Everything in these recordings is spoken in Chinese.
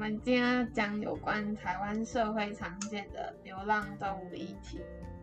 们今天要讲有关台湾社会常见的流浪动物的议题。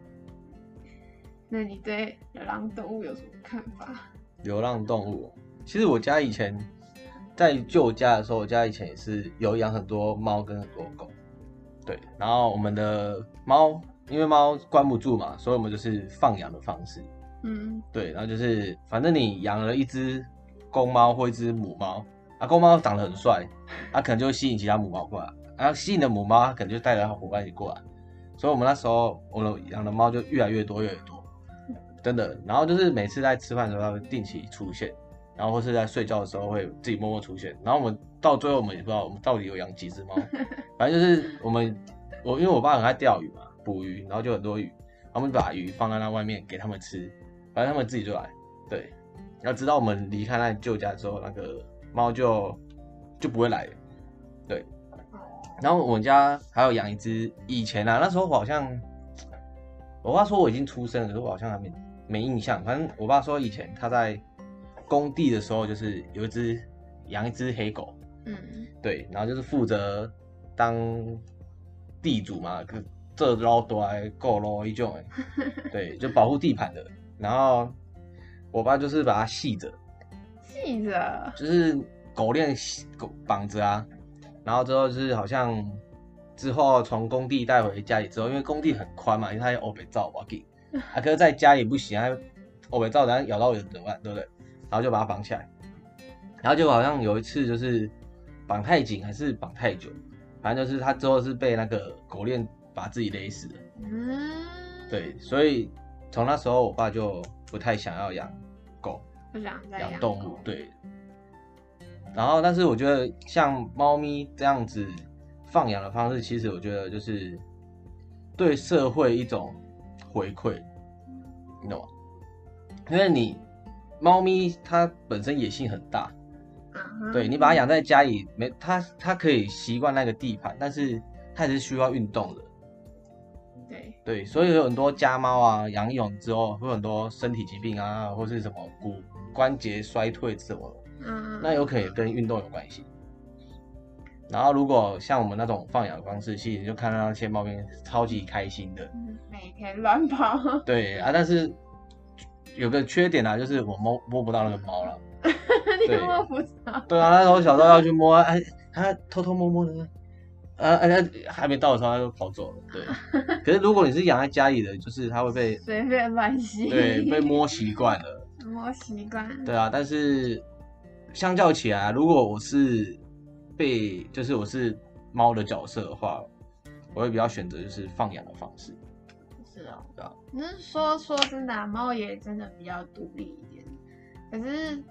那你对流浪动物有什么看法？ 流浪动物，其实我家以前在旧家的时候，我家以前也是有养很多猫跟很多狗，对。然后我们的猫，因为猫关不住嘛，所以我们就是放养的方式，对。然后就是反正你养了一只公猫或一只母猫，公猫长得很帅，可能就会吸引其他母猫过来，吸引的母猫，它可能就带着它伙伴一起过来，所以我们那时候我们养的猫就越来越多，真的。然后就是每次在吃饭的时候，它会定期出现，然后或是在睡觉的时候会自己默默出现。然后我们到最后我们也不知道我们到底有养几只猫，反正就是因为我爸很爱钓鱼嘛，捕鱼，然后就很多鱼，然后我们就把鱼放在那外面给他们吃，反正他们自己就来，对。然后直到我们离开那旧家之后，那个猫就不会来了，对。然后我们家还有养一只，以前那时候我好像，我爸说我已经出生了，可是我好像还没印象。反正我爸说以前他在工地的时候，就是养一只黑狗，对，然后就是负责当地主嘛，这捞多来够捞一种，对，就保护地盘的。然后我爸就是把它系着，就是狗链绑着然后之后就是好像之后从工地带回家里之后，因为工地很宽嘛，因为它有欧北罩嘛，可是在家里不行，欧北罩等下咬到人怎么办，对不对？然后就把它绑起来，然后就好像有一次就是绑太紧还是绑太久，反正就是他之后是被那个狗链把自己勒死了，对，所以从那时候我爸就不太想要养狗， 不想再养动物，对。然后，但是我觉得像猫咪这样子放养的方式，其实我觉得就是对社会一种回馈，你懂吗？因为猫咪它本身野性很大，对，你把它养在家里，它可以习惯那个地盘，但是它也是需要运动的，对，所以有很多家猫养一养之后会有很多身体疾病或是什么骨关节衰退什么的。那有可能也跟运动有关系。然后如果像我们那种放养的方式，其实你就看到那些猫咪超级开心的， 每天乱跑。 对但是有个缺点就是我摸不到那个猫了。 你摸不到？ 对那时候小时候要去摸它偷偷摸摸的，还没到的时候它就跑走了。对，可是如果你是养在家里的，就是它会被随便乱吸， 对，被摸习惯了。 摸习惯。对但是相较起来，如果我是我是猫的角色的话，我会比较选择就是放养的方式。 是哦， 对啊。 你是说真的猫也真的比较独立一点，可是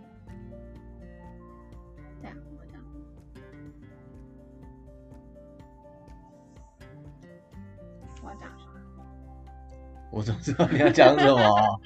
这样我讲什么？ 我怎么知道你要讲什么？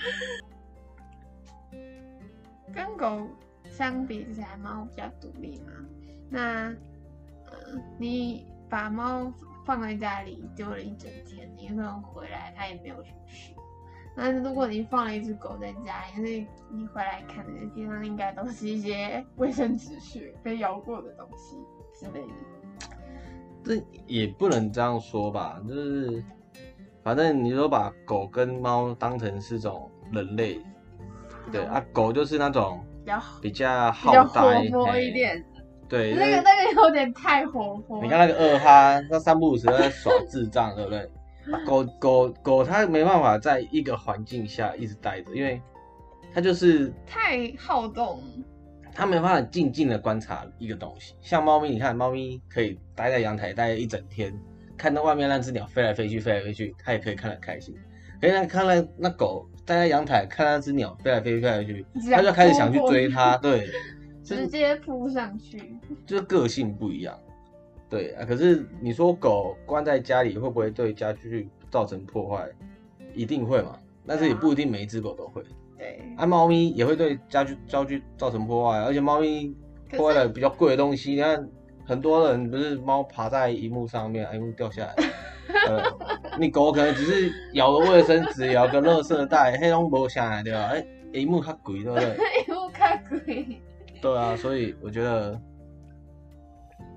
跟狗相比起来，猫比较独立嘛。那你把猫放在家里丢了一整天，你可能回来它也没有什么事。那如果你放了一只狗在家里，那你回来看的地方应该都是一些卫生纸屑被咬过的东西之类的。 这也不能这样说吧，就是反正你都把狗跟猫当成是种人类，对狗就是那种比较好呆， 比较活泼一点。 对， 那个有点太活泼。 你看那个二哈，那三不五时在耍智障，对不对？狗它没办法在一个环境下一直待着，因为它就是太好动， 它没办法静静的观察一个东西。像猫咪，你看猫咪可以待在阳台待一整天，看到外面那只鸟飞来飞去，它也可以看得开心。可是看那狗待在阳台看那只鸟飞来飞去，它就开始想去追它，对。 直接扑上去， 就是个性不一样，对可是你说狗关在家里会不会对家具造成破坏？一定会嘛，但是也不一定每一只狗都会。 对， 猫咪也会对家具造成破坏，而且猫咪破坏了比较贵的东西。你看很多人不是猫爬在萤幕上面，萤幕掉下来，你狗可能只是咬个卫生纸，咬个垃圾袋，那都没下来对吧？萤幕较贵，对不对？ 萤幕较贵。 对所以我觉得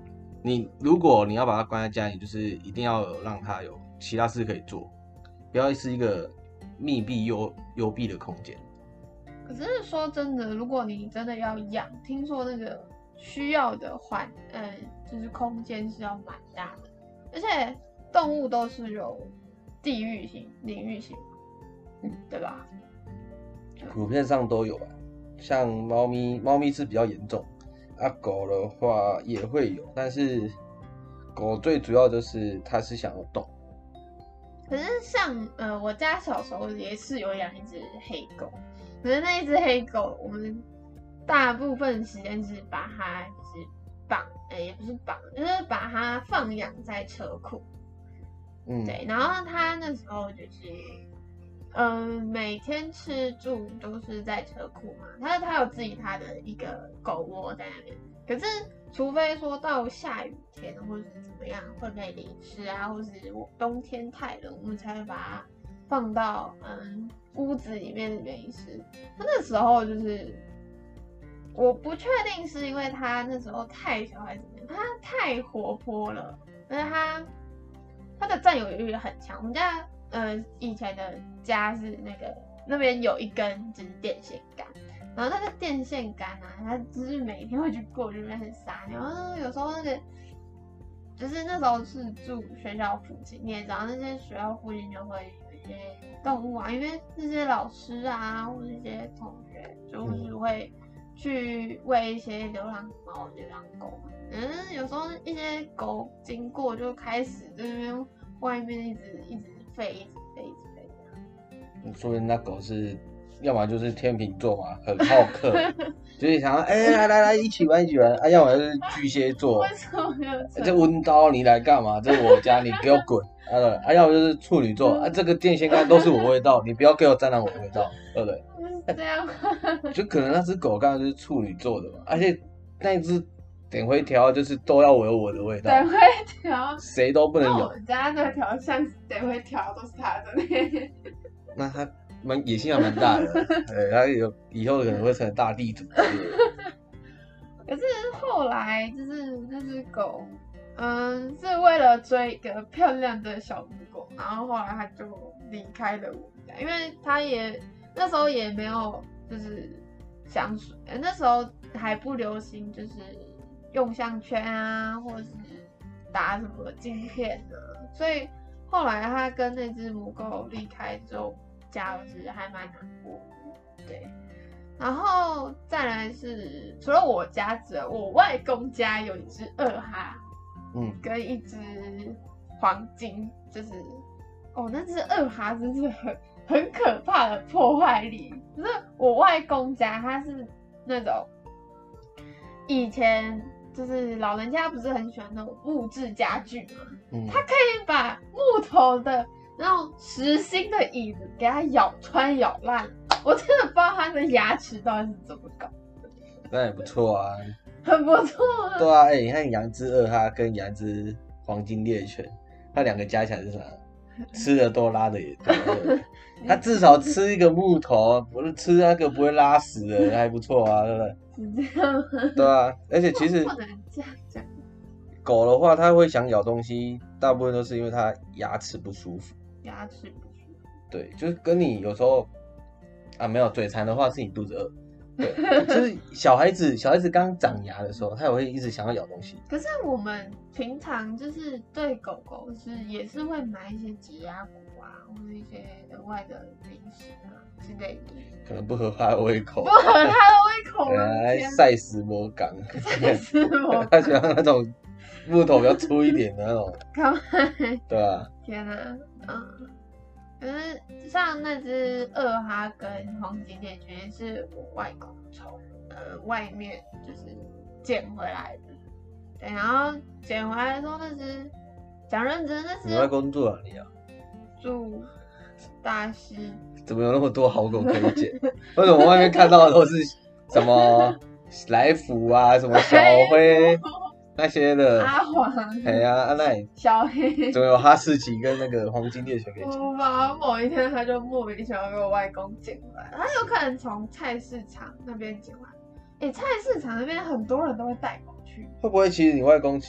如果你要把它关在家里，就是一定要让它有其他事可以做，不要是一个密闭幽闭的空间。 可是说真的，如果你真的要养，听说那个需要的就是空间是要蛮大的，而且动物都是有地域性、领域性，对吧？ 普遍上都有啊，像猫咪是比较严重，狗的话也会有，但是狗最主要就是它是想要动。 可是像我家小时候也是有养一只黑狗，可是那一只黑狗，我们大部分时间是把它就是也不是绑，就是把它放养在车库。对，然后它那时候就是每天吃住都是在车库嘛，它有它的一个狗窝在那边，可是除非说到下雨天或者是怎么样会被淋湿啊，或是冬天太冷，我们才会把它放到屋子里面的原因是，它那时候就是我不确定是因为它那时候太小还是怎么样，它太活泼了，但是它的占有欲很强。我们家以前的家是那边有一根就是电线杆，然后那个电线杆啊，它就是每天会去过去那边撒尿，然后有时候就是那时候是住学校附近，你也知道那些学校附近就会有一些动物啊，因为那些老师啊或者一些同学就是会去喂一些流浪猫、流浪狗嘛。有时候一些狗经过就开始在那边外面一直吠这样。 说明那狗是，要么就是天秤座嘛，很好客，就是想要来一起玩，要么就是巨蟹座。 为什么没有？ 这温刀你来干嘛？这是我家，你给我滚！要么就是处女座，这个电线杆都是我味道，你不要给我沾染我的味道，对不对？ 是这样。 就可能那只狗刚刚就是处女座的嘛，而且那一只点灰条就是都要有我的味道， 点灰条谁都不能有。 我家那条像点灰条都是他的呢。 那他野心还蛮大的，他以后可能会成为大地主。 可是后来就是那只狗，是为了追一个漂亮的小母狗，然后后来它就离开了我们家，因为它那时候也没有就是香水，那时候还不流行就是用项圈啊，或者是打什么晶片啊，所以后来它跟那只母狗离开之后，家就是还蛮难过的，对。然后再来是除了我家之外，我外公家有一只二哈，跟一只黄金，就是那只二哈真是很可怕的破坏力。就是我外公家他是那种以前就是老人家不是很喜欢那种木质家具嘛，他可以把木头的那种实心的椅子给它咬穿咬烂，我真的不知道他的牙齿到底是怎么搞的。 那也不错啊， 很不错啊。 对啊，你看养只二哈跟养只黄金猎犬，它两个加起来是啥？吃的多，拉的也多。它至少吃一个木头，不是吃那个不会拉屎的，还不错啊，对不对？ 是这样吗？ 对啊，而且其实不能这样讲。 狗的话，它会想咬东西，大部分都是因为它牙齿不舒服。 牙齿不舒服。 对，就是跟你有时候没有嘴馋的话，是你肚子饿。对，就是小孩子刚长牙的时候，他也会一直想要咬东西。 可是我们平常就是对狗狗也是会买一些解压骨啊，或者一些额外的零食啊之类的。 可能不合他的胃口。 不合他的胃口吗？ 赛斯摩港。 赛斯摩港。 他喜欢那种木头比较粗一点的那种。 干嘛？ 对啊。 天哪，可是像那只二哈跟黄金猎犬是我外公从外面就是捡回来的，对，然后捡回来的时候那只讲认真，那只你外公住哪里啊？ 住大溪。 怎么有那么多好狗可以捡？为什么外面看到的都是什么来福啊，什么小灰？那些的阿黄，小黑， 怎么有哈士奇跟那个黄金猎犬可以捡？ 我吧，某一天他就莫名其妙被我外公捡回来，他有可能从菜市场那边捡回来。菜市场那边很多人都会带狗去。 会不会其实你外公去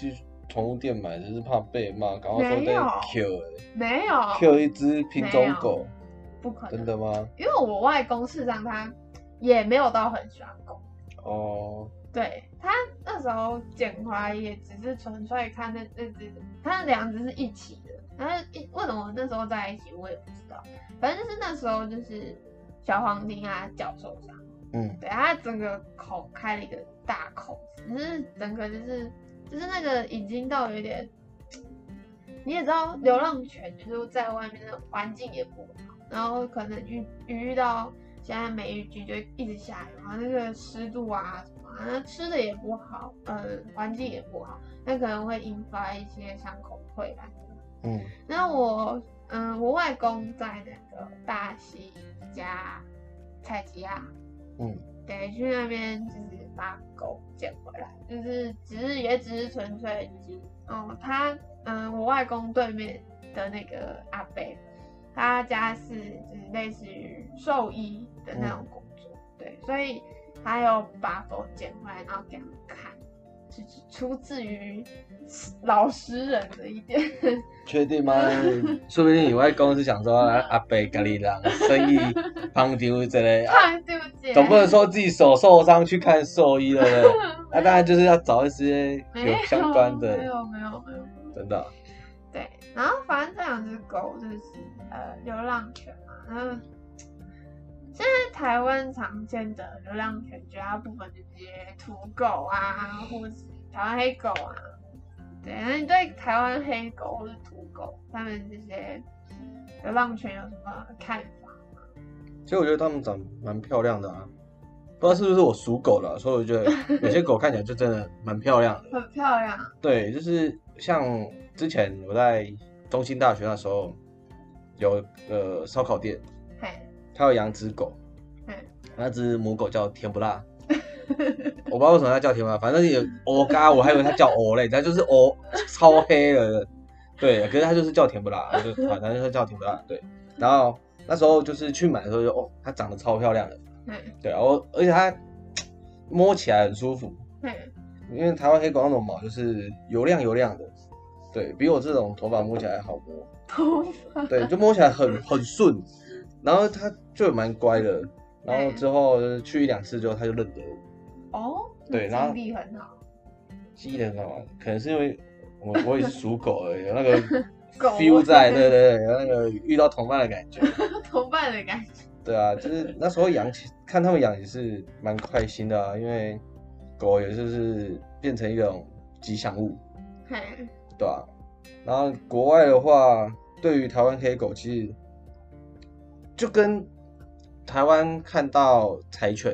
宠物店买，只是怕被骂，赶快说在 Q 没有 Q 一只品种狗， 不可能， 真的吗？ 因为我外公事实上他也没有到很喜欢狗。 哦， 对，他那时候捡回来也只是纯粹看那只，他两只是一起的。然后为什么那时候在一起我也不知道，反正就是那时候就是小黄丁啊脚受伤，对，他整个口开了一个大口子，就是整个就是那个已经到有点，你也知道流浪犬就是在外面的环境也不好，然后可能遇到现在梅雨季就一直下雨，然后那个湿度啊什么，那吃的也不好，环境也不好，那可能会引发一些伤口溃烂。那我外公在那个大溪加采集啊，对，去那边就是把狗捡回来，就是也只是纯粹就是我外公对面的那个阿伯，他家是就是类似于兽医的那种工作，对，所以他有把狗捡回来，然后给他们看，是出自于老实人的一点。 确定吗？说不定你外公是想说阿伯家里人生意胖丢之类，总不能说自己手受伤去看兽医了对不对？那当然就是要找一些有相关的。 没有， 真的。 对，然后反正这两只狗就是流浪犬嘛，然后现在台湾常见的流浪犬绝大部分就是这些土狗啊，或者是台湾黑狗啊。对，那你对台湾黑狗或是土狗，他们这些流浪犬有什么看法吗？ 其实我觉得他们长蛮漂亮的啊，不知道是不是我属狗的，所以我觉得有些狗看起来就真的蛮漂亮的。 很漂亮。 对，就是像之前我在中兴大学那时候有烧烤店，他有养只狗，那只母狗叫甜不辣。我不知道为什么它叫甜不辣，反正有欧嘎，我还以为它叫欧嘞，它就是欧超黑了，对，可是它就是叫甜不辣，反正就是叫甜不辣，对。然后那时候就是去买的时候就它长得超漂亮的，对，然后而且它摸起来很舒服，因为台湾黑狗那种毛就是油亮的，对比我这种头发摸起来好摸， 头发对，就摸起来很顺，然后它就蛮乖的。然后之后去1-2次之后，他就认得我。 对，然后记忆力很好。 记忆力很好，可能是因为我也是属狗而已，有那个 feel 在，对，有那个遇到同伴的感觉。 同伴的感觉。 对啊，就是那时候看他们养也是蛮开心的啊，因为狗也就是变成一种吉祥物，对啊。然后国外的话，对于台湾黑狗，其实就跟台湾看到柴犬、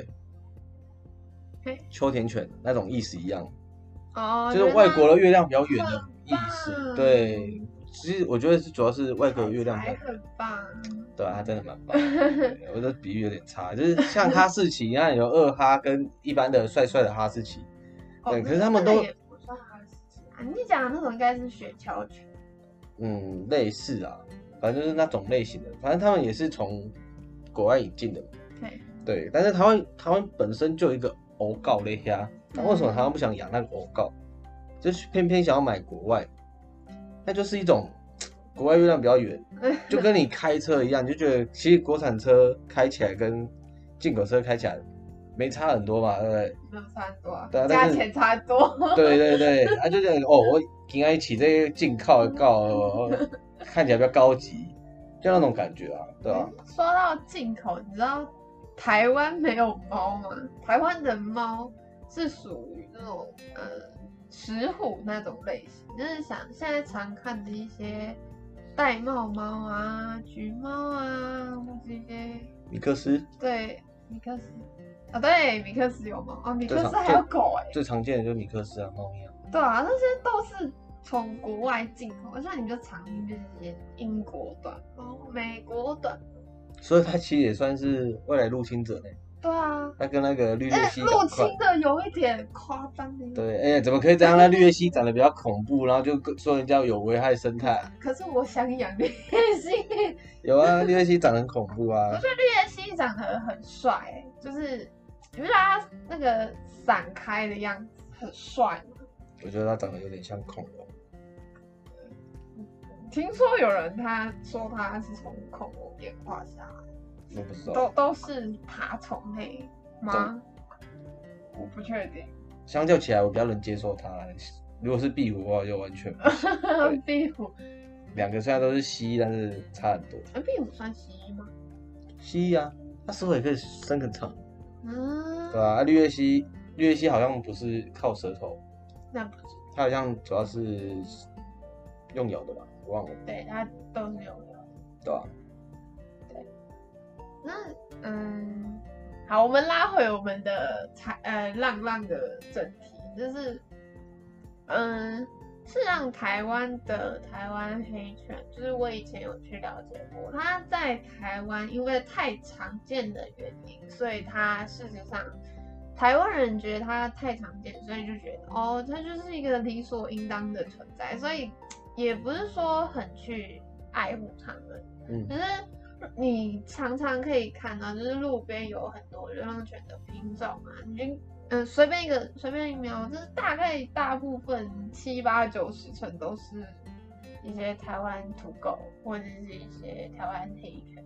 秋田犬那种意思一样，就是外国的月亮比较圆的意思。对，其实我觉得是主要是外国的月亮比较圆， 很棒。 对啊，它真的蛮棒的。我的比喻有点差，就是像哈士奇，你看有2哈跟一般的帅的哈士奇，对，可是他们都也不算哈士奇啊，你讲的那种应该是雪橇犬。 类似啊，反正就是那种类型的，反正他们也是从国外引进的嘛。对，但是台湾本身就有一个欧告类虾，那为什么台湾不想养那个欧告，就是偏偏想要买国外？那就是一种国外月亮比较圆，就跟你开车一样，你就觉得其实国产车开起来跟进口车开起来没差很多嘛，对不对？ 没有差很多啊， 对啊， 价钱差很多。 对，啊，就觉得我今天起这个进口的告，看起来比较高级，就那种感觉啊，对吧？ 说到进口，你知道台湾没有猫吗？台湾的猫是属于那种石虎那种类型，就是想现在常看的一些玳瑁猫啊、橘猫啊，或是一些米克斯。 对，米克斯。对，米克斯有猫哦，米克斯还有狗最常见的就是米克斯啊，猫咪啊。 对啊，那些都是从国外进口，像你就常听就是一些英国短猫、美国短猫， 所以它其实也算是外来入侵者呢。 对啊， 它跟那个绿鬣蜥入侵的有一点夸张的。 对，怎么可以这样？那绿鬣蜥长得比较恐怖，然后就说人家有危害生态。 可是我想养绿鬣蜥。 有啊，绿鬣蜥长得很恐怖啊。 我觉得绿鬣蜥长得很帅，就是你不觉得它那个散开的样子很帅吗？ 我觉得它长得有点像恐龙。 听说有人他说他是从恐龙演化下来， 我不知道， 都是爬虫类吗？我不确定。 相较起来，我比较能接受它。如果是壁虎的话，就完全不行。 壁虎， 两个虽然都是蜥蜴，但是差很多。 壁虎算蜥蜴吗？ 蜥蜴啊，它舌头也可以伸很长。 嗯， 对啊，绿鬣蜥好像不是靠舌头， 那不知道。 它好像主要是用咬的吧，我忘了。 对，它都是用咬。 对啊。 对。那好，我们拉回我们的浪浪的正题，就是是让台湾的台湾黑犬，就是我以前有去了解过，它在台湾因为太常见的原因，所以它事实上台湾人觉得它太常见，所以就觉得哦，它就是一个理所应当的存在，所以也不是说很去爱护它们，只是你常常可以看到，就是路边有很多流浪犬的品种啊，你就随便一瞄，就是大概大部分7、8、90成都是一些台湾土狗或者是一些台湾黑犬。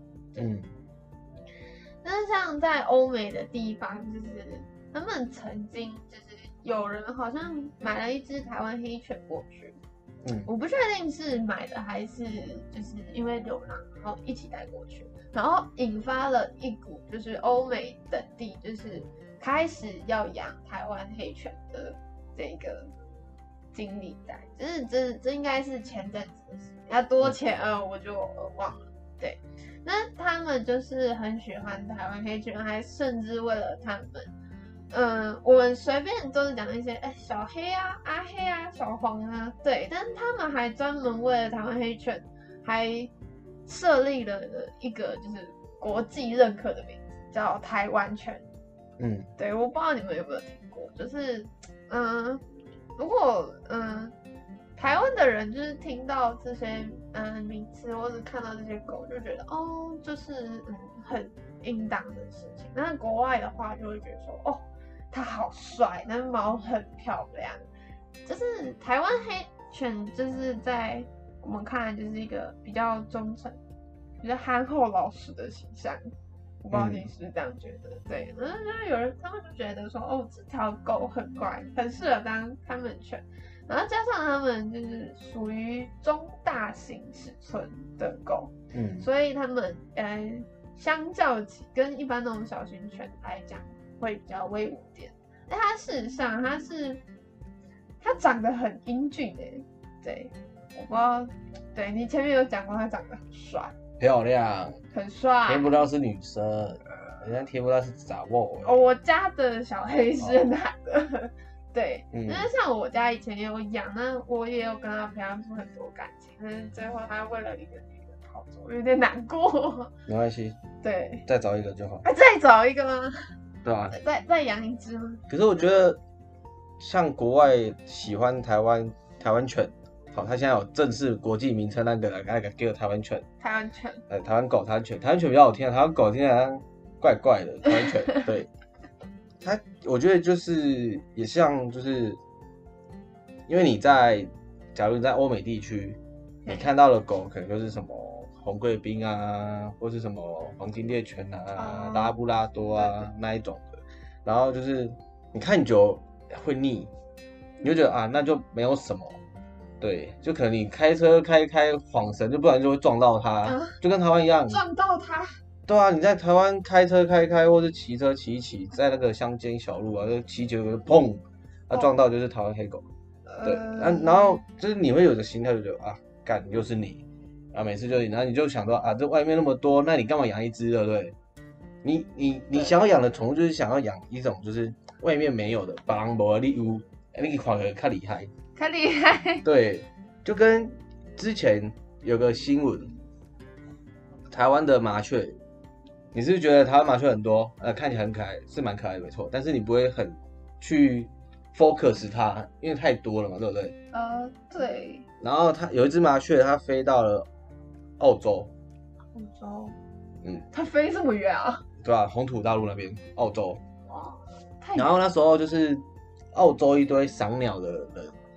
但是像在欧美的地方，就是他们曾经就是有人好像买了一只台湾黑犬过去。我不确定是买的还是就是因为流浪，然后一起带过去，然后引发了一股就是欧美等地就是开始要养台湾黑犬的这个经历在，就是这应该是前阵子的事，要多前我就忘了。对，那他们就是很喜欢台湾黑犬，还甚至为了他们。我们随便都是讲一些小黑啊、阿黑啊、小黄啊，对，但他们还专门为了台湾黑犬，还设立了一个就是国际认可的名字，叫台湾犬。对，我不知道你们有没有听过，就是如果台湾的人就是听到这些名词或者看到这些狗，就觉得哦，就是很应当的事情。那国外的话就会觉得说哦，它好帅，那毛很漂亮。就是台湾黑犬，就是在我们看来就是一个比较忠诚、比较憨厚老实的形象。我不知道你是这样觉得，对，有人他们就觉得说，哦，这条狗很乖，很适合当看门犬，然后加上他们就是属于中大型尺寸的狗，所以他们相较起跟一般那种小型犬来讲，会比较威武点。但它事实上它长得很英俊对，我不知道，对你前面有讲过，它长得很帅。 漂亮， 很帅， 贴不到是女生，人家贴不到是杂货。 我家的小黑是男的，对，那像我家以前也有养，那我也有跟他培养出很多感情，但是最后他为了一个女的跑走，有点难过。 没关系，对，再找一个就好。 再找一个吗？ 对啊， 再养一只吗？ 可是我觉得，像国外喜欢台湾犬。好，它现在有正式国际名称，那个叫台湾犬。 台湾犬。 台湾狗、台湾犬，台湾犬比较好听，台湾狗听起来怪怪的。台湾犬，对。它，我觉得就是也像，就是因为假如你在欧美地区，你看到的狗可能就是什么红贵宾啊，或是什么黄金猎犬啊、拉布拉多啊那一种的，然后就是你看久会腻，你就觉得啊，那就没有什么。对，就可能你开车开晃神，就不然就会撞到它，就跟台湾一样。 撞到它？对啊，你在台湾开车开，或是骑车骑，在那个乡间小路啊，就骑久了砰，撞到就是台湾黑狗。对，然后就是你会有个心态，就觉得啊，干又是你，每次就是你，然后你就想到啊，这外面那么多，那你干嘛养一只，对不对？你想要养的宠物就是想要养一种就是外面没有的，帮无你有，你反而较厉害。 太厉害！ 对，就跟之前有个新闻，台湾的麻雀，你是不是觉得台湾麻雀很多？看起来很可爱，是蛮可爱的，没错。但是你不会很去 focus 它，因为太多了嘛，对不对？ 对。 然后它有一只麻雀，它飞到了澳洲。 澳洲？它飞这么远啊？ 对啊，红土大陆那边，澳洲。 哇！ 然后那时候就是澳洲一堆赏鸟的人。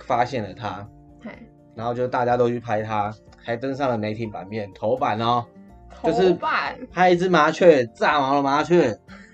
发现了它， 嘿， 然后就大家都去拍它，还登上了媒体版面头版哦，就是拍一只麻雀，炸毛的麻雀。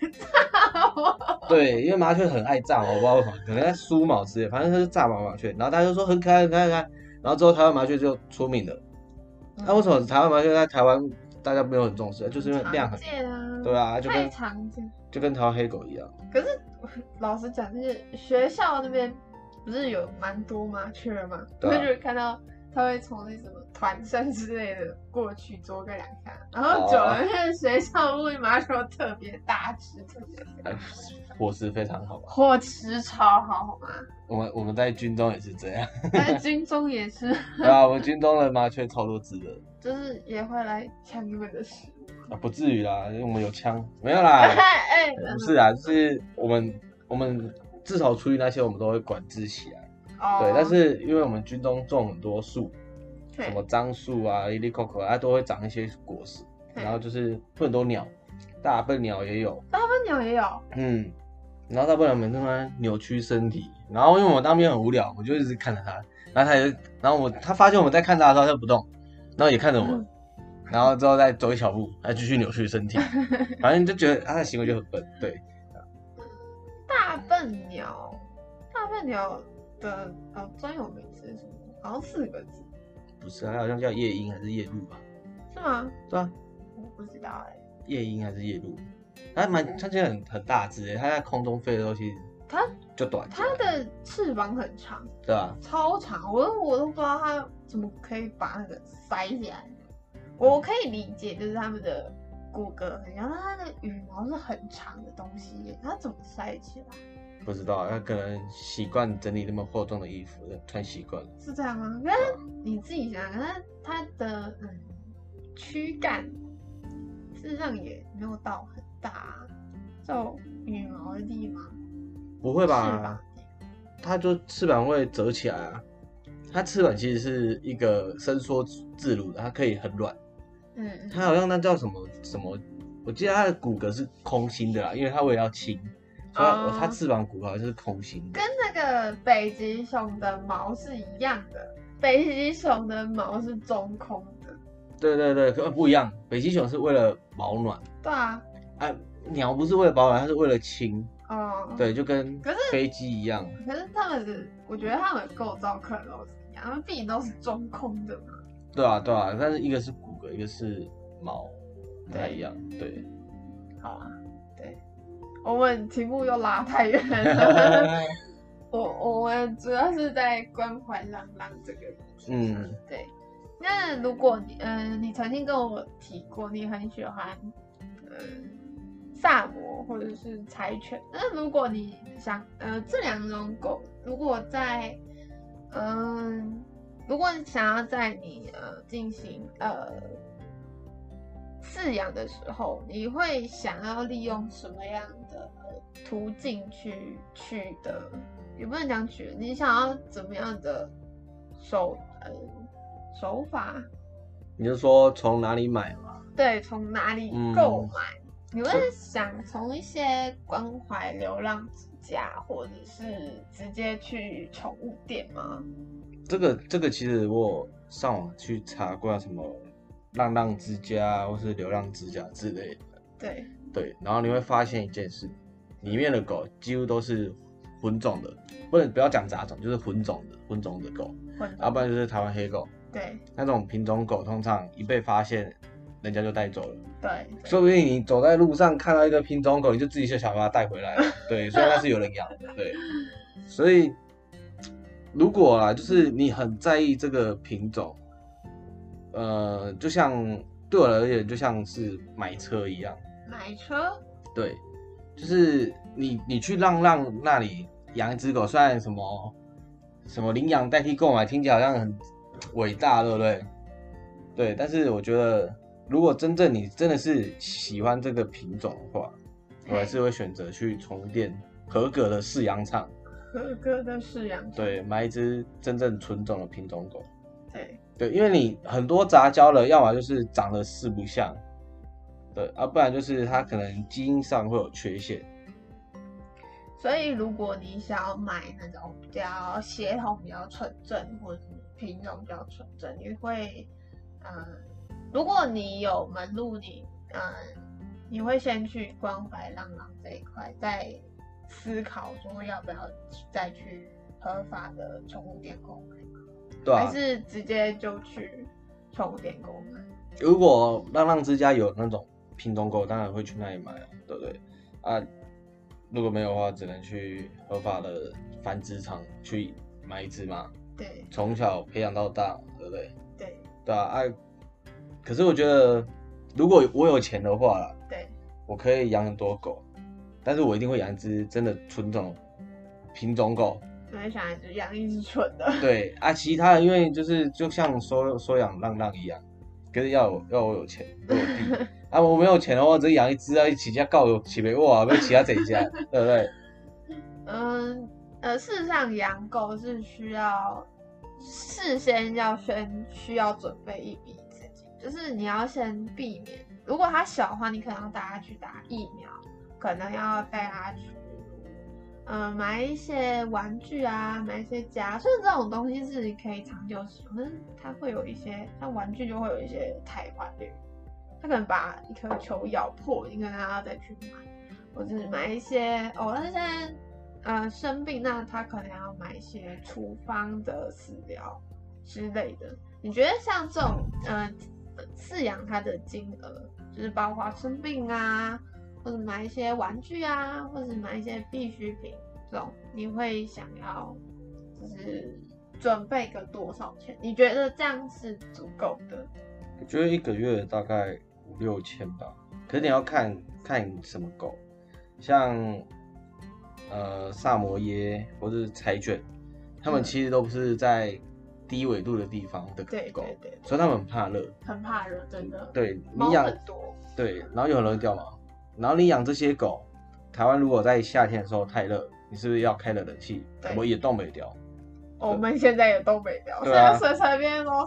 对，因为麻雀很爱炸毛，我不知道为什么，可能在梳毛之类，反正它是炸毛麻雀。然后大家就说很可爱，很可爱，很可爱。然后之后台湾麻雀就出名了。那为什么台湾麻雀在台湾大家没有很重视？就是因为量很见啊， 对啊， 太常见， 就跟台湾黑狗一样。 可是老实讲，就是学校那边不是有蛮多麻雀吗？我就会看到他会从那什么团扇之类的过去啄个2下，然后久了，那学校喂麻雀特别大只，特别伙食非常好吧？ 伙食超好，好吗？ 我们在军中也是这样， 在军中也是。 对啊，我们军中的麻雀超多只的， 就是也会来抢你们的食物啊，不至于啦，因为我们有枪，没有啦，不是啊，就是我们至少出于那些我们都会管制起来，对，但是因为我们军中种很多树，什么樟树啊、哩哩扣扣啊，都会长一些果实，然后就是会很多鸟，大笨鸟也有，然后大笨鸟们他妈扭曲身体，然后因为我当兵很无聊，我就一直看着它，然后他发现我们在看它的时候，他就不动，然后也看着我们，然后之后再走一小步，再继续扭曲身体，反正就觉得他的行为就很笨，对。 大笨鸟的专有名词是什么？好像4个字。 不是啊，它好像叫夜莺还是夜鹭吧？ 是吗？ 对啊。 我不知道夜莺还是夜鹭？它其实很大只它在空中飞的时候其实它就短。 它的翅膀很长， 对吧？ 超长，我都不知道它怎么可以把那个塞起来。我可以理解，就是它们的骨骼很像，但它的羽毛是很长的东西，它怎么塞起来？ 不知道，它可能习惯整理那么厚重的衣服，穿习惯了。 是这样吗？可是你自己想想看，它的躯干事实上也没有到很大，就羽毛的地方。 不会吧？它就翅膀会折起来啊。它翅膀其实是一个伸缩自如的，它可以很软。它好像那叫什么，我记得它的骨骼是空心的啦，因为它为了要轻。它翅膀骨好像是空心的， 跟那个北极熊的毛是一样的。北极熊的毛是中空的。 对，不一样。北极熊是为了保暖。 对啊。 鸟不是为了保暖，它是为了轻。对，就跟飞机一样。 可是我觉得它们的构造可能都是一样，它们毕竟都是中空的嘛。 对啊，但是一个是骨骼，一个是毛，不太一样。对。 好啊。我们题目又拉太远了。我们主要是在关怀浪浪这个议题。对。那如果你曾经跟我提过，你很喜欢萨摩或者是柴犬。那如果你想这2种狗，如果你想要在你进行饲养的时候，你会想要利用什么样的途径去的？也不能讲取，你想要怎么样的手法？ 你就说从哪里买吗？ 对，从哪里购买？你会想从一些关怀流浪之家，或者是直接去宠物店吗？ 这个其实我上网去查过什么浪浪之家或是流浪之家之类的。对，然后你会发现一件事，里面的狗几乎都是混种的，不要讲杂种，就是混种的狗，要不然就是台湾黑狗。 对， 那种品种狗通常一被发现，人家就带走了。 对， 说不定你走在路上看到一个品种狗，你就自己就想把它带回来了。对，虽然那是有人养的。对，所以如果就是你很在意这个品种，就像对我而言，就像是买车一样。 买车？ 对，就是你去浪浪那里养一只狗，虽然什么领养代替购买，听起来好像很伟大，对不对？对，但是我觉得，如果你真的是喜欢这个品种的话，我还是会选择去宠物店合格的饲养场。 合格的饲养场。对， 买一只真正纯种的品种狗。 对， 因为你很多杂交了，要么就是长得四不像，对，不然就是它可能基因上会有缺陷。 所以如果你想要买那种比较血统比较纯正，或者是品种比较纯正，你会，如果你有门路，你会先去关怀浪浪这一块，再思考说要不要再去合法的宠物店购买， 对啊， 还是直接就去宠物店购买？ 如果浪浪之家有那种品种狗，当然会去那里买啊，对不对？啊，如果没有的话，只能去合法的繁殖场去买一只嘛， 对从小培养到大，对不对？ 对对啊，可是我觉得，如果我有钱的话啦， 对， 我可以养很多狗，但是我一定会养一只真的纯种品种狗。 我在想就养一只纯的。 对啊，其他的因为就像收养浪浪一样，可是要我有钱，我有地啊，我没有钱的话，只养一只啊，一起家告有起没哇，被其他谁家，对不对？ 事实上养狗是事先需要准备一笔资金，就是你要先避免，如果它小的话，你可能要带它去打疫苗，可能要带它去，买一些玩具啊，买一些家，虽然这种东西是可以长久使用，但是它会有一些像玩具就会有一些汰换率，它可能把一颗球咬破，你可能还要再去买，或者是买一些那现在生病，那他可能要买一些处方的饲料之类的。你觉得像这种饲养它的金额，就是包括生病啊，或者买一些玩具啊，或者是买一些必需品这种，你会想要就是准备个多少钱？你觉得这样是足够的？ 我觉得一个月大概5、6千吧，可是你要看什么狗，像萨摩耶或者是柴犬，他们其实都不是在低纬度的地方的狗， 对， 所以他们很怕热， 很怕热，真的。 对，你养很多， 对，然后又很容易掉毛，然后你养这些狗，台湾如果在夏天的时候太热，你是不是要开了冷气？我也冻不了。 我们现在也冻不了，现在随随便都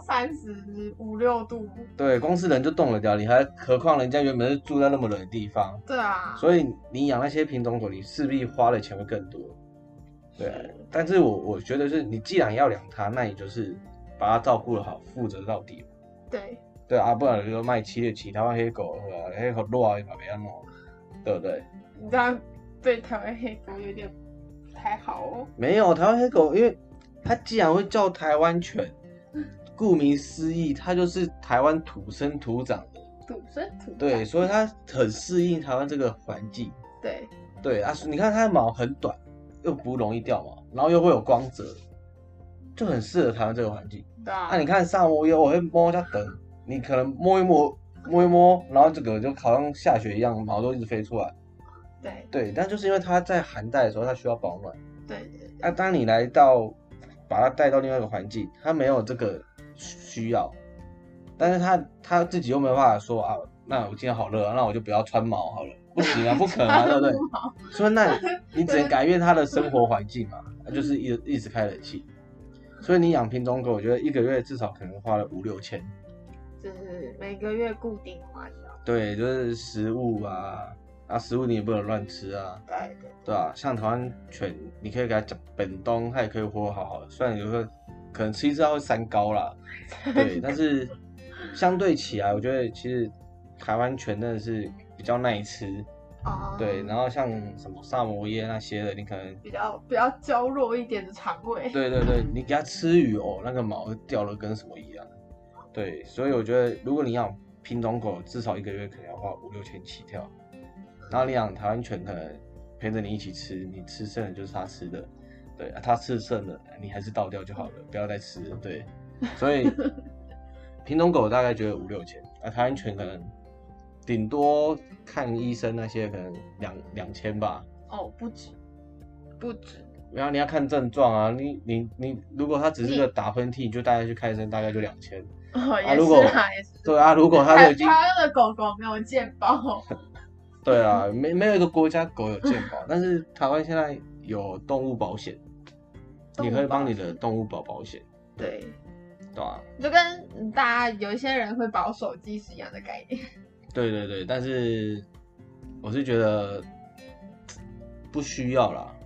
35、6度。对， 光是人就冻了掉，何况人家原本是住在那么冷的地方。 对啊， 所以你养那些品种狗，你势必花的钱会更多。对，但是我觉得是你既然要养它，那你就是把它照顾得好，负责到底。对啊，不然你就卖其他黑狗，黑狗热嘛没安弄，对不对？ 你这样对台湾黑狗有点不太好哦。 没有台湾黑狗，因为它既然会叫台湾犬，顾名思义，它就是台湾土生土长的。 土生土长。 对，所以它很适应台湾这个环境。对啊，你看它的毛很短，又不容易掉毛，然后又会有光泽，就很适合台湾这个环境。 对啊。 你看萨摩耶，我会摸一下等，你可能摸一摸，然后这个就好像下雪一样，毛都一直飞出来。对，但就是因为它在寒带的时候，它需要保暖。 对。 当你把它带到另外一个环境，它没有这个需要，但是它自己又没有办法说啊，那我今天好热啊，那我就不要穿毛好了，不行啊，不可能啊，对不对？所以那你只能改变它的生活环境嘛，就是一直开冷气。所以你养品种狗，我觉得一个月至少可能花了5、6千， 就是每个月固定花销。 对，就是食物啊，食物你也不能乱吃啊。对啊，像台湾犬，你可以给它讲本冬，它也可以活好好的。虽然有时候可能吃一次它会三高啦，对，但是相对起来，我觉得其实台湾犬真的是比较耐吃。对，然后像什么萨摩耶那些的，你可能比较娇弱一点的肠胃。 对，你给它吃鱼那个毛掉了跟什么一样。对，所以我觉得如果你养品种狗，至少一个月可能要花5、6千起跳。然后你养台湾犬，可能陪着你一起吃，你吃剩的就是它吃的，对，它吃剩的你还是倒掉就好了，不要再吃了。对，所以品种狗大概觉得5、6千，台湾犬可能顶多看医生那些可能2、千吧。 不止。 然后你要看症状啊，你如果它只是个打喷嚏，就大概去看医生，大概就2千。 如果对啊，如果它已经台湾的狗狗没有健保。 对啊，没有一个国家狗有健保，但是台湾现在有动物保险，你可以帮你的动物保险。对啊， 就跟大家有一些人会保手机是一样的概念。 对，但是我是觉得不需要啦，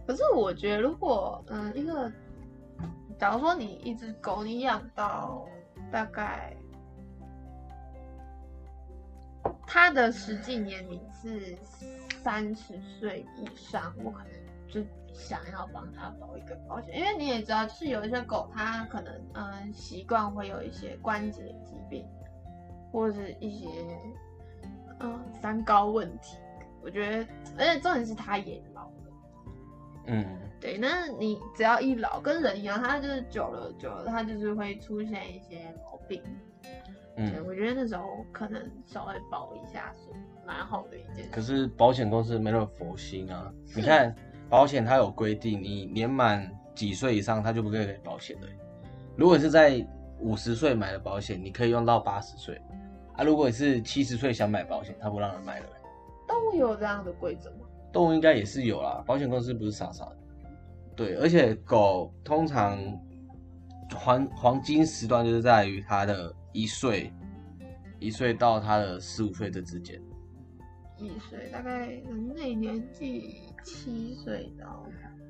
可是我觉得，如果假如说你一只狗，你养到大概它的实际年龄是30岁以上，我可能就想要帮它保一个保险，因为你也知道，就是有一些狗它可能习惯会有一些关节疾病，或者是一些三高问题。我觉得，而且重点是它也老了。对，那你只要一老，跟人一样，它就是久了，它就是会出现一些毛病。对，我觉得那时候可能稍微保一下是蛮好的一件事。 可是保险公司没那么佛心啊！你看，保险它有规定，你年满几岁以上，它就不可以给保险了。如果是在50岁买的保险，你可以用到80岁啊。如果你是70岁想买保险，它不让人买了。 动物有这样的规则吗？ 动物应该也是有啦，保险公司不是傻傻的。对，而且狗通常黄金时段就是在于它的1岁到它的4、5岁这之间。 1岁大概人类年纪7岁到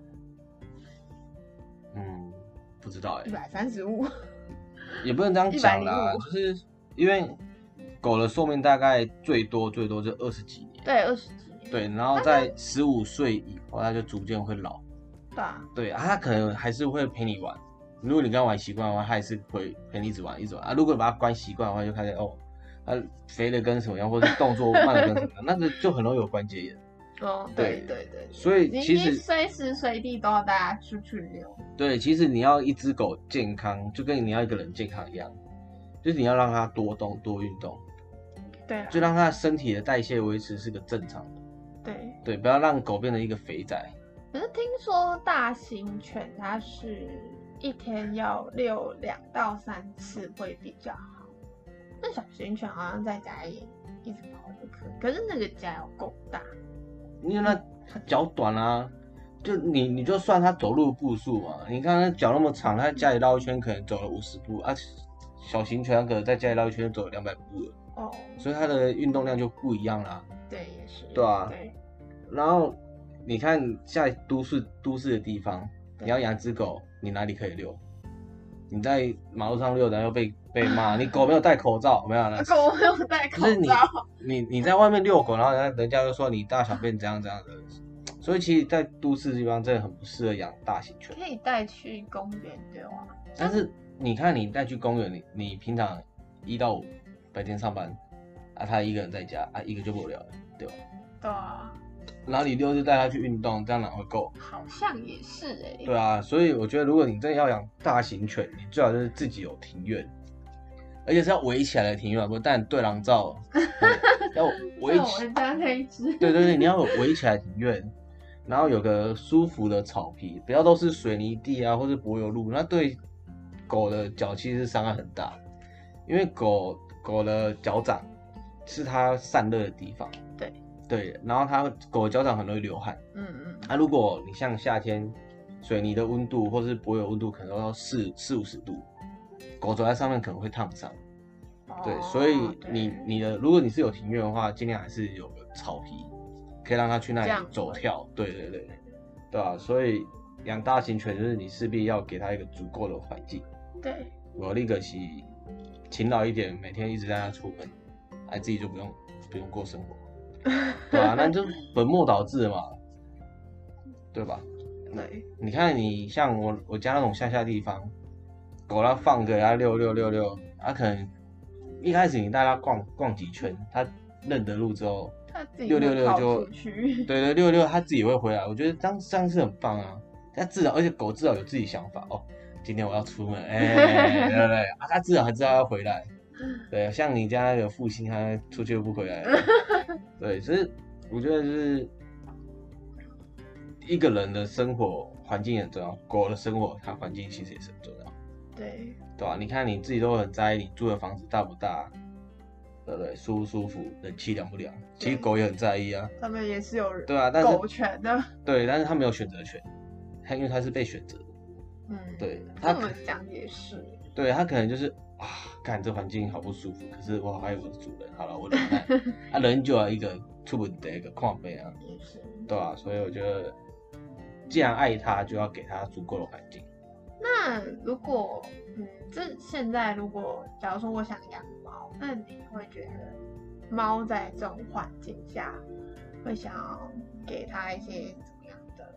不知道 135， 也不能这样讲啦，就是因为狗的寿命大概最多就20几年， 对，20几年， 对，然后在15岁以后，它就逐渐会老，对啊，它可能还是会陪你玩，如果你跟它玩习惯的话，它还是会陪你一直玩啊。如果把它关习惯的话，就开始它肥的跟什么样，或者动作慢的跟什么样，那个就很容易有关节炎。 对， 所以其实你随时随地都要带它出去溜。 对，其实你要一只狗健康，就跟你要一个人健康一样，就是你要让它多动多运动， 对， 就让它身体的代谢维持是个正常的。对，不要让狗变成一个肥仔。 可是听说大型犬它是一天要遛2到3次会比较好，那小型犬好像在家里一直跑就可以，可是那个家要够大。 因为它脚短啊，就你就算它走路步数嘛，你看它脚那么长，它在家里绕一圈可能走了50步啊，小型犬可能在家里绕一圈走了200步了，所以它的运动量就不一样啦。 对，也是。 对啊。对。然后你看在都市的地方，你要养只狗，你哪里可以遛？你在马路上遛，然后被骂，你狗没有戴口罩，没有了。 狗没有戴口罩。 就是你在外面遛狗，然后人家就说你大小便怎样的，所以其实，在都市地方真的很不适合养大型犬。 可以带去公园对吧？ 但是你看你带去公园，你平常1到5白天上班啊，他一个人在家啊，一个就不了了，对吧？ 对啊。 然后你6日带他去运动，这样哪会够？ 好像也是对啊，所以我觉得如果你真的要养大型犬，你最好就是自己有庭院，而且是要围起来的庭院，不但对廊罩，要围起。 我家那一只。 对，你要有围起来庭院，然后有个舒服的草皮，不要都是水泥地啊，或是柏油路，那对狗的脚其实是伤害很大，因为狗的脚掌是它散热的地方。对，然后狗的脚掌很容易流汗。如果你像夏天，水泥的温度或是柏油温度可能要40-50度，狗走在上面可能会烫伤。对，所以如果你是有庭院的话，尽量还是有个草皮，可以让它去那里走跳。对啊，所以养大型犬就是你势必要给它一个足够的环境。 对， 我立刻勤劳一点，每天一直带它出门，自己就不用过生活。对啊，那就本末倒置嘛，对吧？ 对， 你看你像我家那种乡下地方，狗它放给它遛，它可能一开始你带它逛几圈，它认得路之后， 它自己遛就对，遛它自己会回来。我觉得这样是很棒啊，它而且狗至少有自己想法哦，今天我要出门，对，它至少还知道要回来。对，像你家那个父亲，他出去又不回来了。对，所以我觉得就是一个人的生活环境很重要，狗的生活它环境其实也是很重要。 对吧？你看你自己都很在意你住的房子大不大，对不对？舒不舒服，冷气凉不凉？其实狗也很在意啊。 他们也是有对啊，但是狗权的。 对，但是他没有选择权，因为他是被选择的。对， 这么讲也是。 对，他可能就是干这环境好不舒服，可是我还有我的主人，好了，我忍耐。忍久了一个出不得一个矿杯啊，对吧？所以我觉得既然爱它，就要给它足够的环境。 那如果现在如果假如说我想养猫，那你会觉得猫在这种环境下会想要给它一些怎么样的？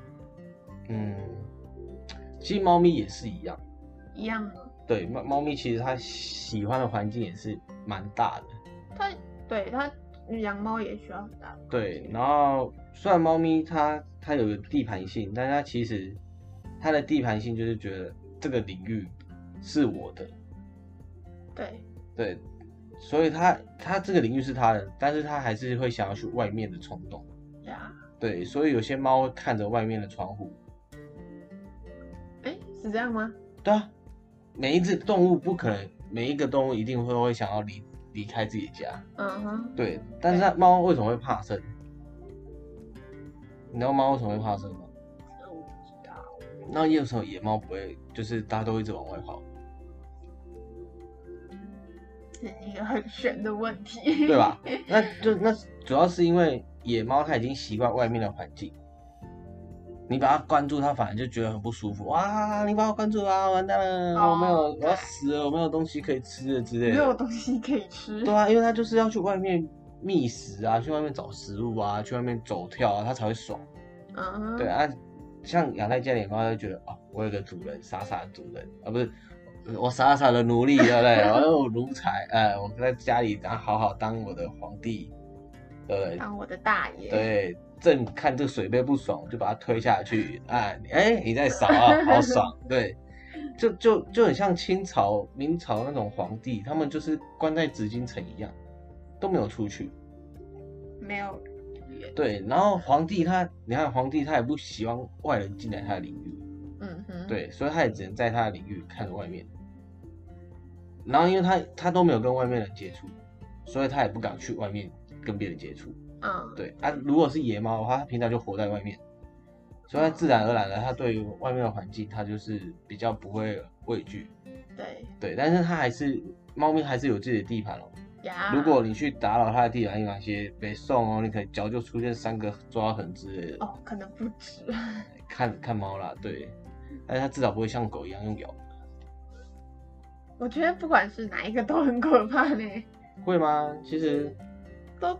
其实猫咪也是一样。 一样吗？ 对，猫咪其实它喜欢的环境也是蛮大的。 它养猫也需要很大的。 对，然后虽然猫咪它有个地盘性，但它其实它的地盘性就是觉得这个领域是我的。对，所以它这个领域是它的，但是它还是会想要去外面的冲动。 对啊。 对，所以有些猫会看着外面的窗户。 是这样吗？ 对啊，每一只动物不可能，每一个动物一定会想要离开自己的家。对，但是它猫为什么会怕生？你知道猫为什么会怕生吗？ 我不知道。 那有时候野猫不会，就是大家都一直往外跑。 这是一个很玄的问题， 对吧？那主要是因为野猫它已经习惯外面的环境，你把它关住，它反而就觉得很不舒服。哇，你把我关住啊，完蛋了，我要死了，我没有东西可以吃了之类的。 没有东西可以吃。 对啊，因为它就是要去外面觅食啊，去外面找食物啊，去外面走跳啊，它才会爽。对啊，像养在家里的猫，它就觉得我有个主人，傻傻的主人啊，不是。我傻傻的奴隶，对不对？我有奴才，我在家里好好当我的皇帝，对不对？ 当我的大爷。 对，正看这个水杯不爽，就把它推下去，你在扫啊，好爽，对，就很像清朝、明朝那种皇帝，他们就是关在紫禁城一样，都没有出去， 没有。 对，然后你看皇帝他也不希望外人进来他的领域，对，所以他也只能在他的领域看着外面。然后因为他都没有跟外面人接触，所以他也不敢去外面跟别人接触。对啊，如果是野猫的话，它平常就活在外面，所以它自然而然的，它对于外面的环境，它就是比较不会畏惧。对，但是猫咪还是有自己的地盘哦。如果你去打扰它的地盘，有哪些被送哦，你可能脚就出现3个抓痕之类的。 可能不止。 看猫啦，对，但是它至少不会像狗一样用咬。 我觉得不管是哪一个都很可怕呢。 会吗？其实都，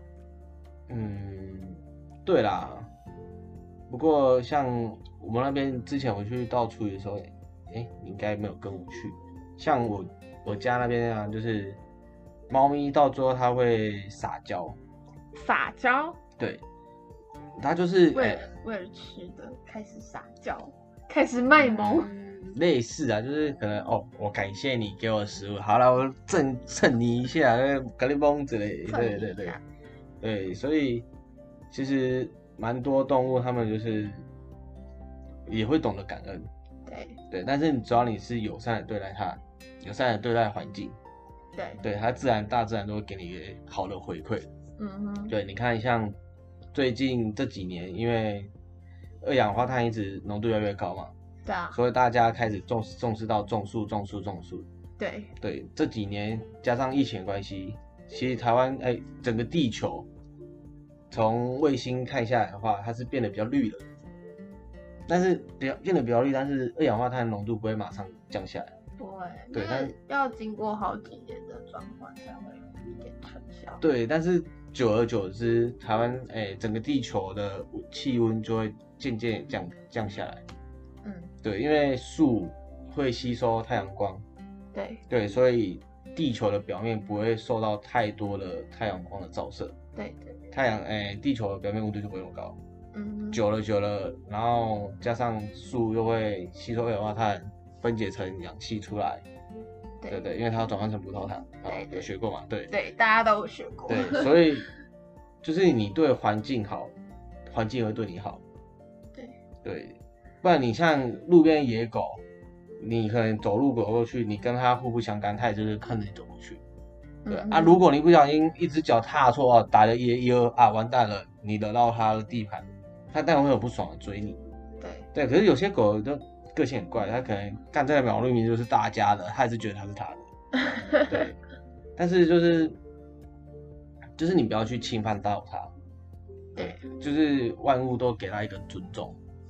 对啦。不过像我们那边之前我去倒处理的时候，你应该没有跟我去。像我家那边啊，就是猫咪到最后它会撒娇。 撒娇？对， 它就是为了吃的开始撒娇，开始卖萌。 类似啊，就是可能我感谢你给我食物，好了，我蹭你一下，跟你蹦之类，对，所以其实蛮多动物它们就是也会懂得感恩，对，但是只要你是友善的对待它，友善的对待环境，对，它大自然都会给你一个好的回馈。对，你看像最近这几年，因为二氧化碳一直浓度越来越高嘛。所以大家开始重视到种树。对，这几年加上疫情的关系，其实台湾整个地球从卫星看下来的话，它是变得比较绿了。但是变得比较绿，但是二氧化碳浓度不会马上降下来。 不会，对，但要经过好几年的转换才会有一点成效。对， 但是久而久之，台湾整个地球的气温就会渐渐降下来。对，因为树会吸收太阳光，对，所以地球的表面不会受到太多的太阳光的照射， 对， 地球的表面温度就不会那么高，久了，然后加上树又会吸收二氧化碳，分解成氧气出来，对，因为它要转换成葡萄糖，有学过嘛？对， 大家都有学过， 对，所以就是你对环境好，环境会对你好，对。不然你像路边野狗，你可能走路走过去，你跟它互不相干，它也就是看着你走过去。对如果你不小心一只脚踏错，打了112完蛋了，你惹到它的地盘，它当然会有不爽的追你。对，可是有些狗就个性很怪，它可能干这个秒明明就是大家的，它还是觉得它是它的。对，但是就是你不要去侵犯到它。对，就是万物都给它一个尊重。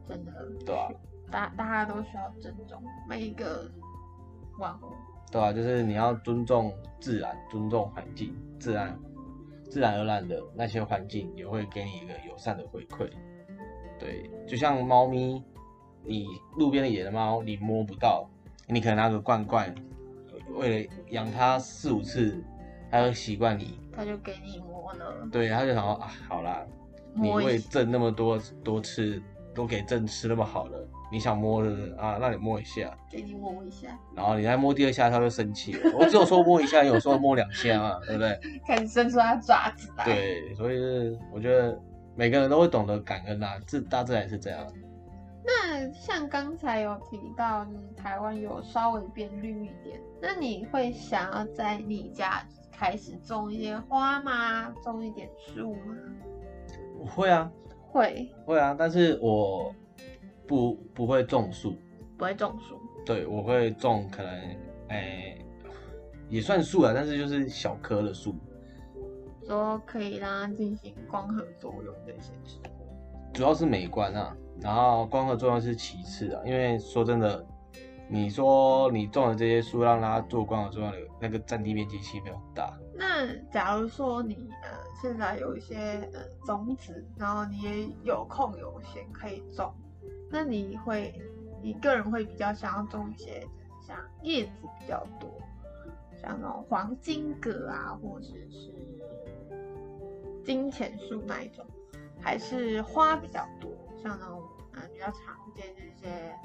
真的， 对啊， 大家都需要尊重每一个万物。 对啊，就是你要尊重自然，尊重环境，自然而然的那些环境也会给你一个友善的回馈。对，就像猫咪，你路边的野的猫你摸不到，你可能拿个罐罐，为了养它4、5次，它就习惯你， 它就给你摸了。 对，它就想说啊，好啦，你喂朕那么多次，都给朕吃那么好了，你想摸的啊，那你摸一下， 给你摸一下， 然后你再摸第2下，它就生气了。我只有说摸一下，有时候摸2下嘛，对不对？ 开始伸出它爪子来。 对，所以我觉得每个人都会懂得感恩啊，大自然是这样。 那像刚才有提到，就是台湾有稍微变绿一点，那你会想要在你家开始种一些花吗？种一点树吗？ 我会啊，会啊，但是我不会种树， 不会种树。 对，我会种可能也算树啊，但是就是小棵的树， 说可以让它进行光合作用这些植物， 主要是美观啊，然后光合作用是其次啊，因为说真的，你说你种的这些树让它做光合作用的那个占地面积其实没有很大。 那假如说你现在有一些种子，然后你也有空有闲可以种，那你个人会比较想要种一些像叶子比较多，像那种黄金葛啊，或者是金钱树那一种，还是花比较多，像那种比较常见的一些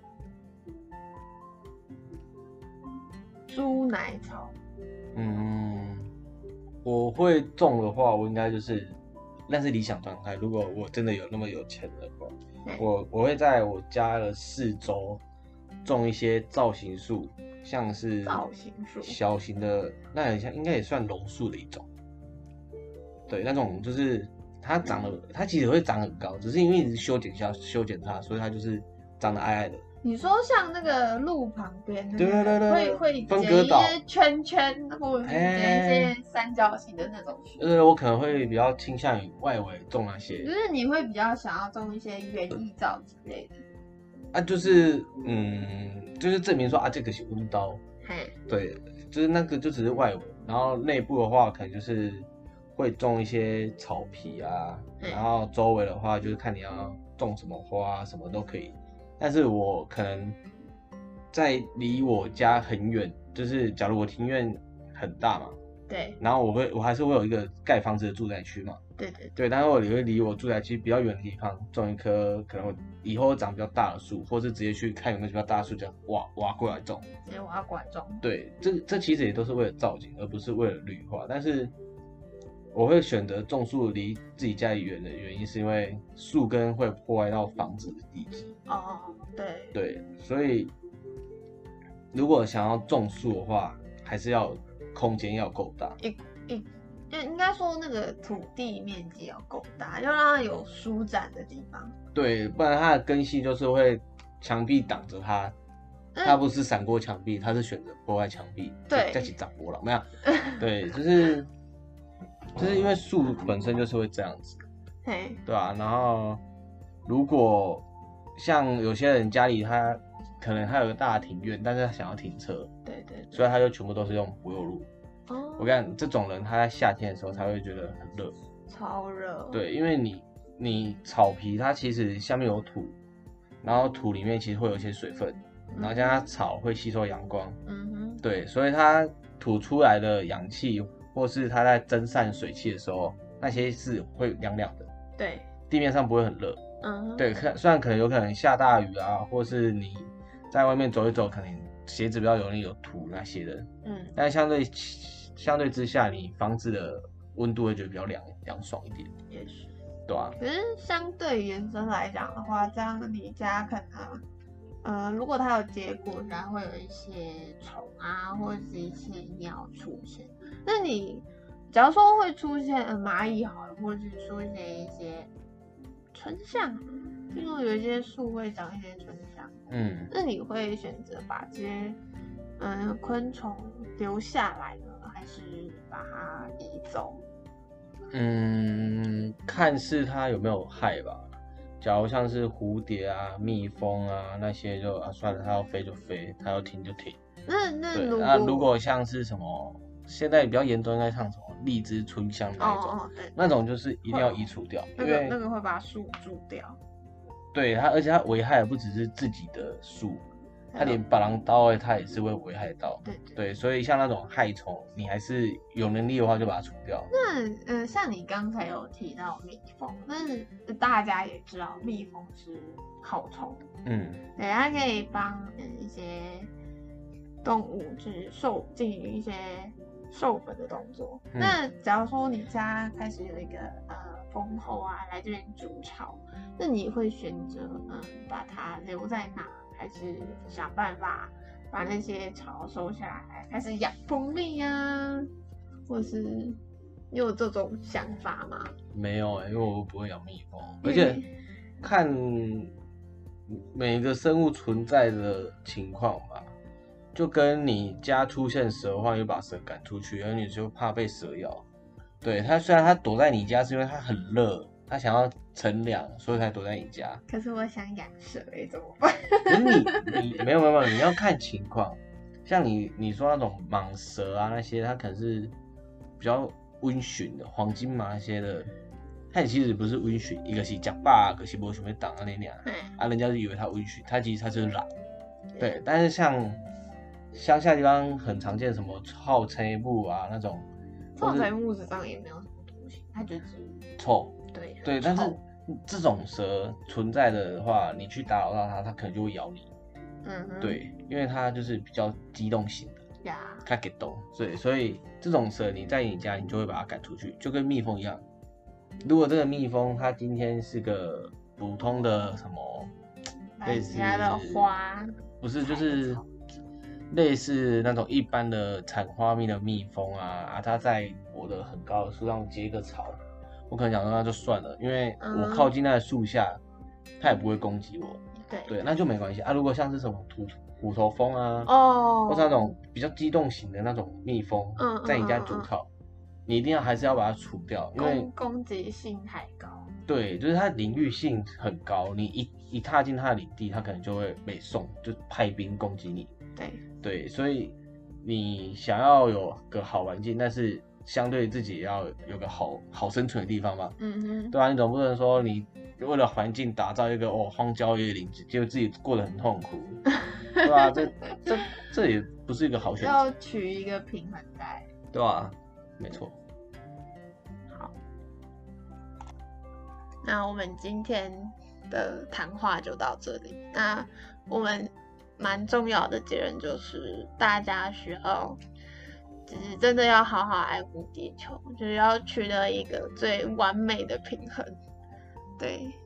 猪奶草。 我会种的话，我应该就是那是理想状态。如果我真的有那么有钱的话，我会在我家的4周种一些造型树，像是造型树小型的，那很像应该也算榕树的一种。对，那种就是它其实会长很高，只是因为一直修剪它，所以它就是长得矮矮的。 你说像那个路旁边， 对， 会分割岛剪一些圈圈，或者是剪一些三角形的那种树。 我可能会比较倾向于外围种那些。 就是你会比较想要种一些园艺皂之类的。 啊，就是就是证明说啊，这个是温刀。对，就是那个就只是外围，然后内部的话可能就是会种一些草皮啊，然后周围的话就是看你要种什么花，什么都可以。但是我可能在离我家很远，就是假如我庭院很大嘛， 对， 然后我还是会有一个盖房子的住宅区嘛， 对， 但是我也会离我住宅区比较远的地方种一棵可能以后长比较大的树，或是直接去看有没有比较大的树，就挖过来种， 直接挖过来种。 对，这其实也都是为了造景，而不是为了绿化。但是我会选择种树离自己家里远的原因，是因为树根会破坏到房子的地基。对，所以如果想要种树的话，还是要空间要够大。 应该说那个土地面积要够大，要让它有舒展的地方。 对，不然它的根系就是会墙壁挡着它，它不是闪过墙壁，它是选择破坏墙壁， 对， 再去长波了，没有？对，就是因为树本身就是会这样子，对啊。然后如果像有些人家里他可能他有个大庭院，但是他想要停车， 对， 所以他就全部都是用柏油路。我看这种人他在夏天的时候才会觉得很热， 超热。对， 因为你草皮它其实下面有土，然后土里面其实会有一些水分，然后加上草会吸收阳光，对，所以它吐出来的氧气或是它在蒸散水汽的时候，那些是会凉凉的， 对， 地面上不会很热，对，虽然可能有可能下大雨啊，或是你在外面走一走，可能鞋子比较容易有土那些的，但相对之下，你房子的温度会觉得比较凉爽一点， 也是， 对啊。 可是相对原生来讲的话，这样你家可能如果它有结果，然后会有一些虫啊，或者是一些鸟出现。那你假如说会出现蚂蚁好了，或者是出现一些椿象，听说有一些树会长一些椿象，那你会选择把这些昆虫留下来呢，还是把它移走？ 看是它有没有害吧。 假如像是蝴蝶啊、蜜蜂啊那些就算了，它要飞就飞，它要停就停。对，如果像是什么现在比较严重，应该像什么荔枝、春香那一种， 对， 那种就是一定要移除掉，因为那个会把树蛀掉。 对它，而且它危害的不只是自己的树，它连别人刀它也是会危害到。对，所以像那种害虫，你还是有能力的话就把它除掉。 那像你刚才有提到蜜蜂，那大家也知道蜜蜂是好虫，对，它可以帮一些动物就是进行一些授粉的动作。那假如说你家开始有一个蜂后啊来这边筑巢，那你会选择把它留在哪，还是想办法把那些巢收下来，开始养蜂蜜啊？或是你有这种想法吗？ 没有因为我不会养蜜蜂，而且看每个生物存在的情况吧，就跟你家出现蛇的话，就把蛇赶出去，而你就怕被蛇咬。对，它虽然它躲在你家是因为它很热，它想要乘凉，所以才躲在你家。 可是我想养蛇怎么办？ 可是你没有，你要看情况。像你说那种蟒蛇啊那些，它可能是比较温驯的，黄金蟒那些的，它其实不是温驯，一个是吃饱，可是没想要挡啊那样，人家就以为它温驯，它其实它就是懒。对，但是像乡下地方很常见什么臭青木啊那种， 臭青木子上也没有什么东西，它就是臭。对，但是这种蛇存在的话，你去打扰到它，它可能就会咬你。对，因为它就是比较机动型的，它给动，所以这种蛇你在你家，你就会把它赶出去，就跟蜜蜂一样。如果这个蜜蜂它今天是个普通的什么类似的花， 不是就是类似那种一般的产花蜜的蜜蜂啊，它在我的很高的树上结一个巢，我可能想说那就算了，因为我靠近那个树下，它也不会攻击我。对，那就没关系啊。如果像是什么虎头蜂啊，或是那种比较机动型的那种蜜蜂，在你家筑巢，你一定还是要把它除掉，因为攻击性太高。 对，就是它领域性很高，你一踏进它的领地，它可能就会被送，就派兵攻击你。对，所以你想要有个好环境，但是相对自己也要有个好生存的地方嘛。对吧？你总不能说你为了环境打造一个荒郊野岭，结果自己过得很痛苦，对吧？这也不是一个好选择。 要取一个平衡带， 对吧？没错。 好，那我们今天的谈话就到这里。那我们蛮重要的结论就是，大家需要就是真的要好好爱护地球，就是要取得一个最完美的平衡。对，